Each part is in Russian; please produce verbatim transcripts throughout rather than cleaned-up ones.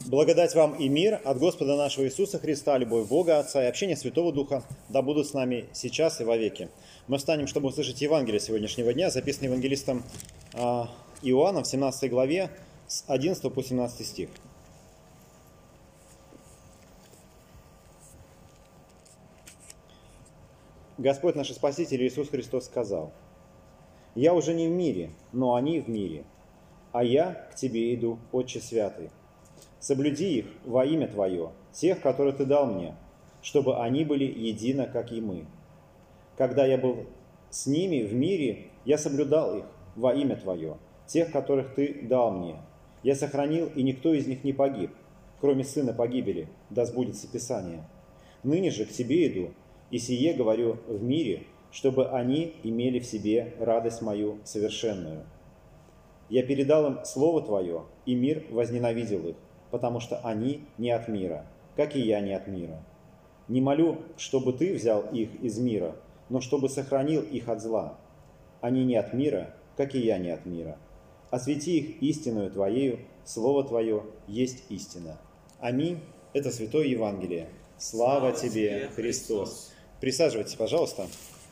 Благодать вам и мир от Господа нашего Иисуса Христа, любовь Бога Отца и общение Святого Духа да будут с нами сейчас и вовеки. Мы встанем, чтобы услышать Евангелие сегодняшнего дня, записанное евангелистом Иоанном в семнадцатой главе с одиннадцатого по семнадцатый стих. Господь наш Спаситель Иисус Христос сказал: «Я уже не в мире, но они в мире, а я к Тебе иду, Отче Святый. Соблюди их во имя Твое, тех, которых Ты дал мне, чтобы они были едино, как и мы. Когда я был с ними в мире, я соблюдал их во имя Твое, тех, которых Ты дал мне. Я сохранил, и никто из них не погиб, кроме сына погибели, да сбудется Писание. Ныне же к Тебе иду, и сие говорю в мире, чтобы они имели в себе радость мою совершенную. Я передал им Слово Твое, и мир возненавидел их, потому что они не от мира, как и я не от мира. Не молю, чтобы Ты взял их из мира, но чтобы сохранил их от зла. Они не от мира, как и я не от мира. Освети их истинную Твоею, Слово Твое есть истина». Аминь. Это Святое Евангелие. Слава Тебе, Христос! Присаживайтесь, пожалуйста.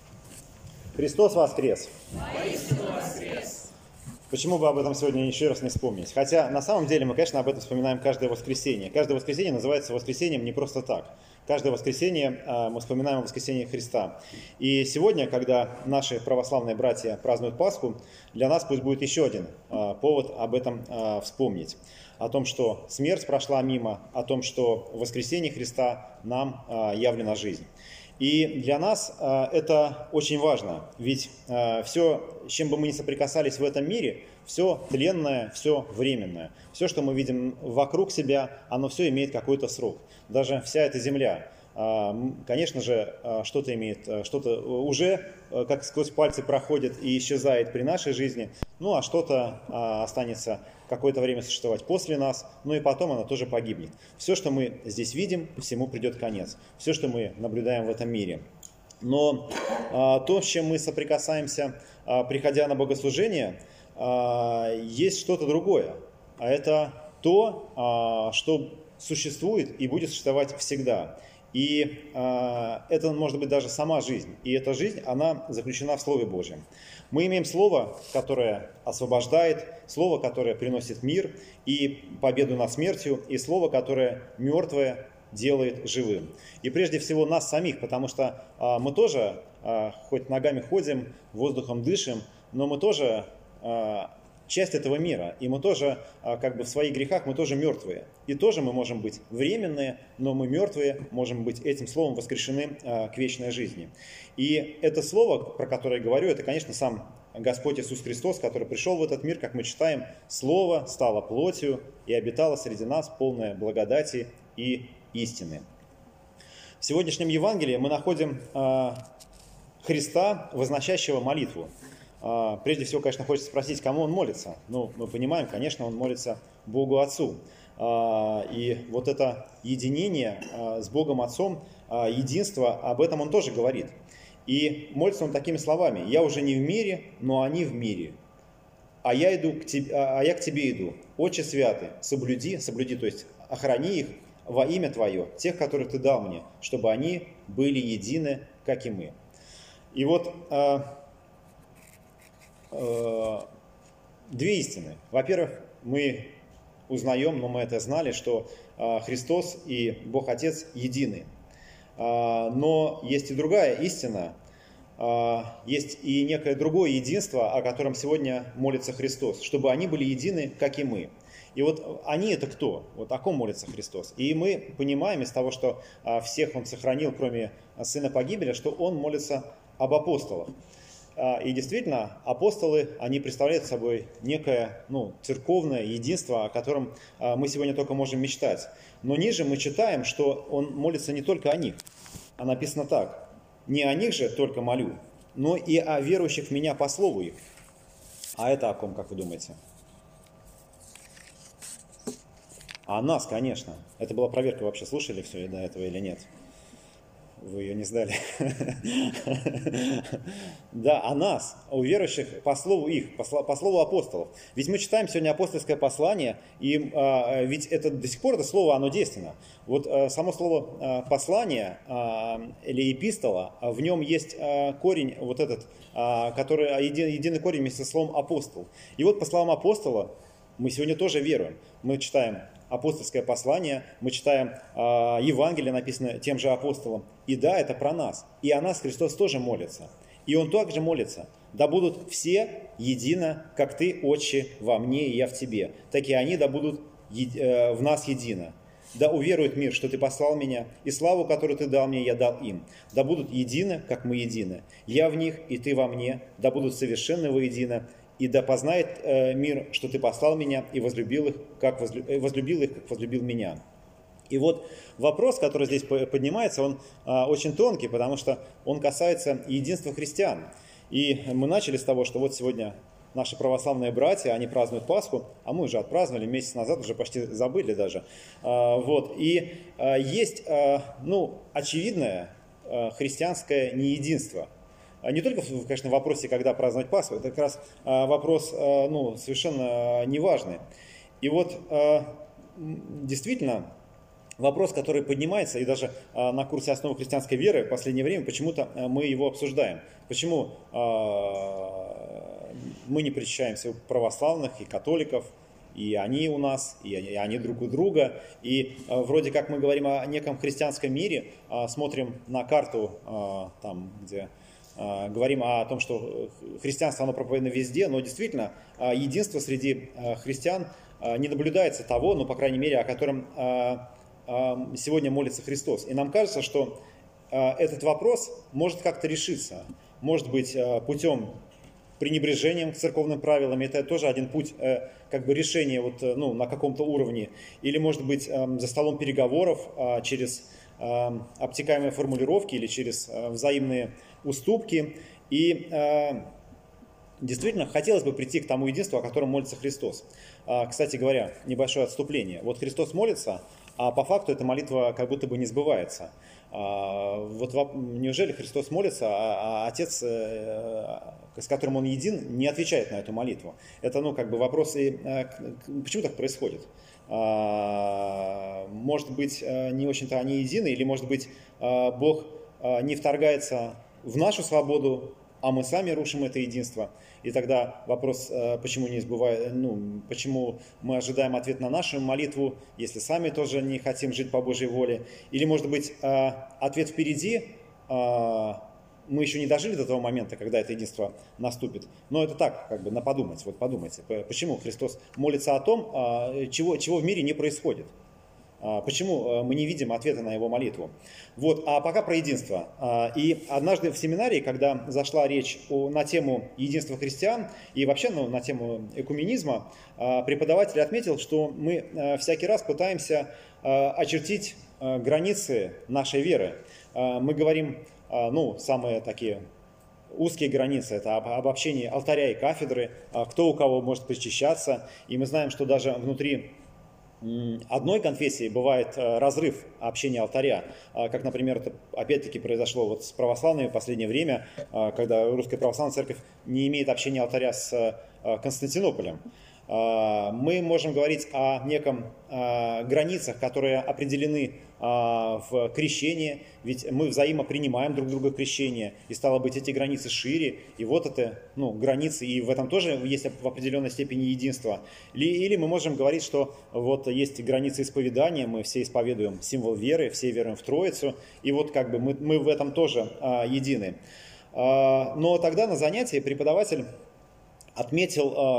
Христос воскрес! Воистину воскрес! Почему бы об этом сегодня еще раз не вспомнить? Хотя на самом деле мы, конечно, об этом вспоминаем каждое воскресенье. Каждое воскресенье называется воскресеньем не просто так. Каждое воскресенье мы вспоминаем о воскресении Христа. И сегодня, когда наши православные братья празднуют Пасху, для нас пусть будет еще один повод об этом вспомнить. О том, что смерть прошла мимо, о том, что в воскресении Христа нам явлена жизнь. И для нас э, это очень важно, ведь э, все, с чем бы мы ни соприкасались в этом мире, все тленное, все временное. Все, что мы видим вокруг себя, оно все имеет какой-то срок. Даже вся эта земля, э, конечно же, э, что-то имеет, э, что-то уже э, как сквозь пальцы проходит и исчезает при нашей жизни, ну а что-то э, останется какое-то время существовать после нас, ну и потом оно тоже погибнет. Все, что мы здесь видим, всему придет конец. Все, что мы наблюдаем в этом мире. Но а, то, с чем мы соприкасаемся, а, приходя на богослужение, а, есть что-то другое. А это то, а, что существует и будет существовать всегда. И э, это может быть даже сама жизнь. И эта жизнь, она заключена в Слове Божьем. Мы имеем Слово, которое освобождает, Слово, которое приносит мир и победу над смертью, и Слово, которое мертвое делает живым. И прежде всего нас самих, потому что э, мы тоже, э, хоть ногами ходим, воздухом дышим, но мы тоже э, часть этого мира, и мы тоже, как бы в своих грехах, мы тоже мертвые. И тоже мы можем быть временные, но мы мертвые, можем быть этим словом воскрешены к вечной жизни. И это слово, про которое я говорю, это, конечно, сам Господь Иисус Христос, который пришел в этот мир, как мы читаем, Слово стало плотью и обитало среди нас, полное благодати и истины. В сегодняшнем Евангелии мы находим Христа, возносящего молитву. Прежде всего, конечно, хочется спросить, кому он молится. Ну, мы понимаем, конечно, он молится Богу Отцу. И вот это единение с Богом Отцом, единство, об этом он тоже говорит. И молится он такими словами: «Я уже не в мире, но они в мире. А я, иду к тебе, а я к тебе иду, Отче Святый, соблюди, соблюди, то есть охрани их во имя Твое, тех, которых Ты дал мне, чтобы они были едины, как и мы». И вот две истины. Во-первых, мы узнаем, но мы это знали, что Христос и Бог Отец едины. Но есть и другая истина, есть и некое другое единство, о котором сегодня молится Христос, чтобы они были едины, как и мы. И вот они это кто? Вот о ком молится Христос? И мы понимаем из того, что всех Он сохранил, кроме сына погибели, что Он молится об апостолах. И действительно, апостолы, они представляют собой некое, ну, церковное единство, о котором мы сегодня только можем мечтать. Но ниже мы читаем, что он молится не только о них. А написано так: «Не о них же только молю, но и о верующих в меня по слову их». А это о ком, как вы думаете? О нас, конечно. Это была проверка, вообще слушали все до этого или нет? Вы ее не сдали. Да, о нас, о верующих по слову их, по слову апостолов. Ведь мы читаем сегодня апостольское послание, и а, ведь это до сих пор это слово, оно действенно. Вот а, само слово а, послание а, или эпистола, а в нем есть а, корень вот этот, а, который един, единый корень вместе со словом апостол. И вот по словам апостола мы сегодня тоже веруем. Мы читаем апостольское послание, мы читаем э, Евангелие, написанное тем же апостолом. И да, это про нас. И о нас Христос тоже молится. И Он также молится. Да будут все едино, как Ты, Отче, во мне и я в Тебе. Так и они да будут э, в нас едино. Да уверует мир, что Ты послал меня, и славу, которую Ты дал мне, я дал им. Да будут едины, как мы едины. Я в них, и Ты во мне. Да будут совершенны воедино. И да познает э, мир, что Ты послал меня и возлюбил их, как возлюбил, э, возлюбил их, как возлюбил меня. И вот вопрос, который здесь поднимается, он э, очень тонкий, потому что он касается единства христиан. И мы начали с того, что вот сегодня наши православные братья, они празднуют Пасху, а мы уже отпраздновали месяц назад, уже почти забыли даже. Э, вот. И э, есть э, ну, очевидное э, христианское неединство. Не только, конечно, в вопросе, когда праздновать Пасху, это как раз вопрос ну, совершенно неважный. И вот действительно вопрос, который поднимается, и даже на курсе «Основы христианской веры» в последнее время почему-то мы его обсуждаем. Почему мы не причащаемся у православных и католиков, и они у нас, и они друг у друга. И вроде как мы говорим о неком христианском мире, смотрим на карту, там, где... говорим о том, что христианство, оно проповедано везде, но действительно единство среди христиан не наблюдается того, ну, по крайней мере, о котором сегодня молится Христос. И нам кажется, что этот вопрос может как-то решиться. Может быть, путем пренебрежения к церковным правилам, это тоже один путь как бы решения вот, ну, на каком-то уровне. Или, может быть, за столом переговоров через обтекаемые формулировки или через взаимные уступки. И э, действительно хотелось бы прийти к тому единству, о котором молится Христос. А, кстати говоря, небольшое отступление. Вот Христос молится, а по факту эта молитва как будто бы не сбывается. А, вот неужели Христос молится, а, а Отец, э, с которым Он един, не отвечает на эту молитву? Это ну, как бы вопрос, и, э, почему так происходит? А, может быть, не очень-то они едины, или может быть, Бог не вторгается в нашу свободу, а мы сами рушим это единство. И тогда вопрос, почему не избывает, ну, почему мы ожидаем ответ на нашу молитву, если сами тоже не хотим жить по Божьей воле. Или, может быть, ответ впереди, мы еще не дожили до того момента, когда это единство наступит. Но это так, как бы на подумать. Вот подумайте, почему Христос молится о том, чего, чего в мире не происходит. Почему мы не видим ответа на его молитву? Вот, а пока про единство. И однажды в семинарии, когда зашла речь о, на тему единства христиан и вообще ну, на тему экуменизма, преподаватель отметил, что мы всякий раз пытаемся очертить границы нашей веры. Мы говорим, ну, самые такие узкие границы, это обобщение алтаря и кафедры, кто у кого может причащаться. И мы знаем, что даже внутри одной конфессии бывает разрыв общения алтаря, как, например, это опять-таки произошло вот с православными в последнее время, когда Русская Православная Церковь не имеет общения алтаря с Константинополем. Мы можем говорить о неком границах, которые определены в крещении, ведь мы взаимопринимаем друг друга крещение, и стало быть, эти границы шире, и вот это ну, границы, и в этом тоже есть в определенной степени единство. Или мы можем говорить, что вот есть границы исповедания, мы все исповедуем символ веры, все веруем в Троицу, и вот как бы мы, мы в этом тоже едины. Но тогда на занятии преподаватель отметил,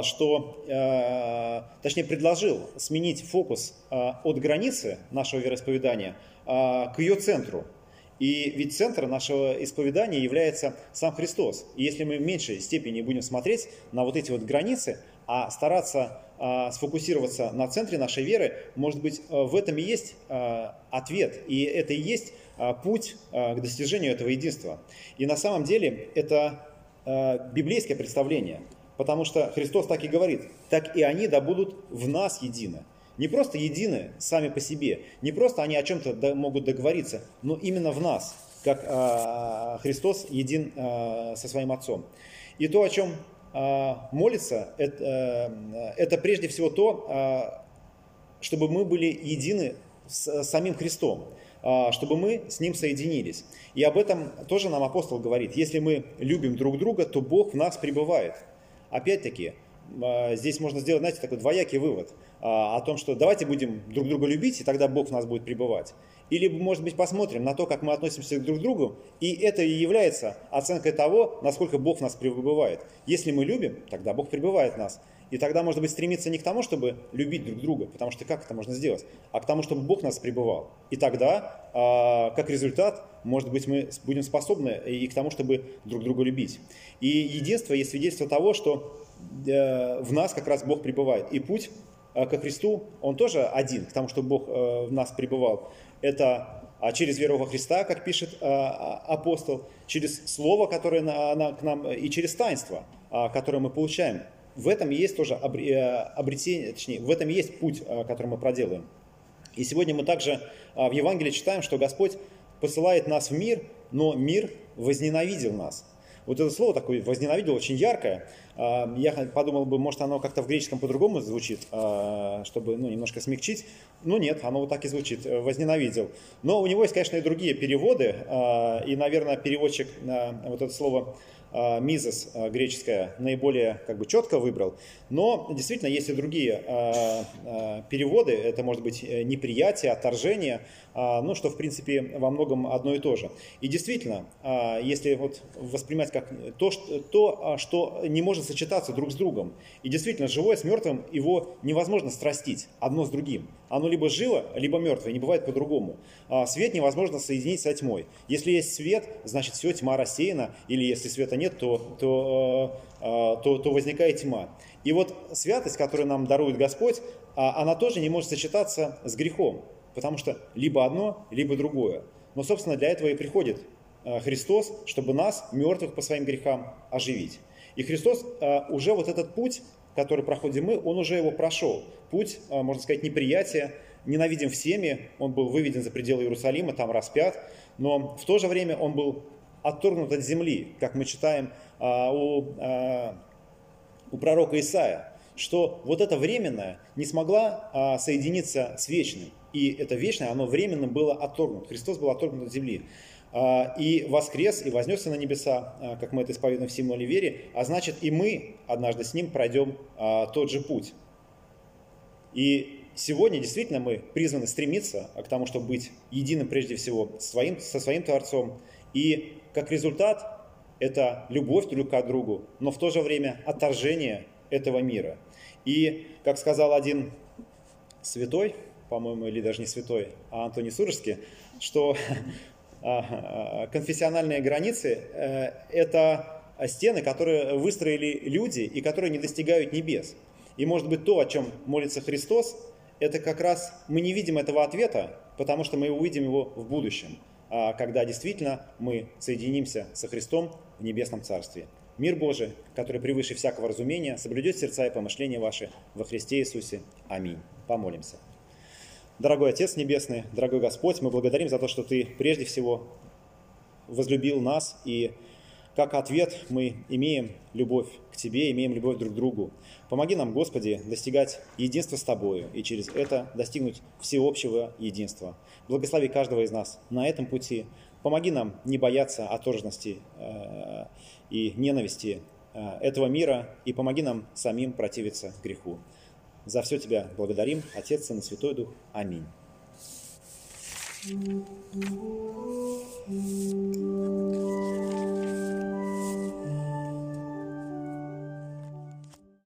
что, точнее, предложил сменить фокус от границы нашего вероисповедания к ее центру. И ведь центр нашего исповедания является сам Христос. И если мы в меньшей степени будем смотреть на вот эти вот границы, а стараться сфокусироваться на центре нашей веры, может быть, в этом и есть ответ. И это и есть путь к достижению этого единства. И на самом деле это библейское представление. Потому что Христос так и говорит, так и они да будут в нас едины. Не просто едины сами по себе, не просто они о чем-то могут договориться, но именно в нас. как а, Христос един а, со своим Отцом. И то, о чем а, молится, это, а, это прежде всего то, а, чтобы мы были едины с самим Христом, а, чтобы мы с Ним соединились. И об этом тоже нам апостол говорит. Если мы любим друг друга, то Бог в нас пребывает. Опять-таки, здесь можно сделать, знаете, такой двоякий вывод о том, что давайте будем друг друга любить, и тогда Бог в нас будет пребывать. Или, может быть, посмотрим на то, как мы относимся друг к другу, и это и является оценкой того, насколько Бог в нас пребывает. Если мы любим, тогда Бог пребывает в нас. И тогда, может быть, стремиться не к тому, чтобы любить друг друга, потому что как это можно сделать, а к тому, чтобы Бог в нас пребывал. И тогда, как результат, может быть, мы будем способны и к тому, чтобы друг друга любить. И единство есть свидетельство того, что в нас как раз Бог пребывает. И путь ко Христу, он тоже один, к тому, чтобы Бог в нас пребывал. Это через веру во Христа, как пишет апостол, через Слово, которое к нам, и через таинство, которое мы получаем. В этом есть тоже обретение, точнее, в этом есть путь, который мы проделаем. И сегодня мы также в Евангелии читаем, что Господь посылает нас в мир, но мир возненавидел нас. Вот это слово такое «возненавидел» очень яркое. Я подумал бы, может, оно как-то в греческом по-другому звучит, чтобы ну, немножко смягчить. Но нет, оно вот так и звучит «возненавидел». Но у него есть, конечно, и другие переводы. И, наверное, переводчик вот это слово «мизос» греческое наиболее как бы четко выбрал. Но действительно есть и другие переводы. Это может быть неприятие, отторжение, ну, что в принципе во многом одно и то же. И действительно, если вот воспринимать как то, что, то, что не может сочетаться друг с другом. И действительно, живое с мертвым, его невозможно срастить одно с другим. Оно либо живо, либо мертвое, не бывает по-другому. Свет невозможно соединить со тьмой. Если есть свет, значит все, тьма рассеяна, или если света нет, то, то, то, то возникает тьма. И вот святость, которую нам дарует Господь, она тоже не может сочетаться с грехом, потому что либо одно, либо другое. Но, собственно, для этого и приходит Христос, чтобы нас, мертвых по своим грехам, оживить. И Христос уже вот этот путь, который проходим мы, Он уже его прошел. Путь, можно сказать, неприятия, ненавидим всеми, Он был выведен за пределы Иерусалима, там распят, но в то же время Он был отторгнут от земли, как мы читаем у, у пророка Исаия, что вот это временное не смогла соединиться с вечным. И это вечное, оно временно было отторгнуто. Христос был отторгнут от земли. И воскрес, и вознесся на небеса, как мы это исповедуем в символе веры, а значит и мы однажды с Ним пройдем тот же путь. И сегодня действительно мы призваны стремиться к тому, чтобы быть единым прежде всего своим, со своим Творцом. И как результат это любовь друг к другу, но в то же время отторжение этого мира. И, как сказал один святой, по-моему, или даже не святой, а Антоний Сурожский, что конфессиональные границы – это стены, которые выстроили люди и которые не достигают небес. И, может быть, то, о чем молится Христос, это как раз мы не видим этого ответа, потому что мы увидим его в будущем, когда действительно мы соединимся со Христом в небесном Царстве. Мир Божий, который превыше всякого разумения, соблюдет сердца и помышления ваши во Христе Иисусе. Аминь. Помолимся. Дорогой Отец Небесный, дорогой Господь, мы благодарим за то, что Ты прежде всего возлюбил нас, и как ответ мы имеем любовь к Тебе, имеем любовь друг к другу. Помоги нам, Господи, достигать единства с Тобою и через это достигнуть всеобщего единства. Благослови каждого из нас на этом пути. Помоги нам не бояться отторженности э, и ненависти э, этого мира, и помоги нам самим противиться греху. За все Тебя благодарим, Отец, Сын и Святой Дух. Аминь.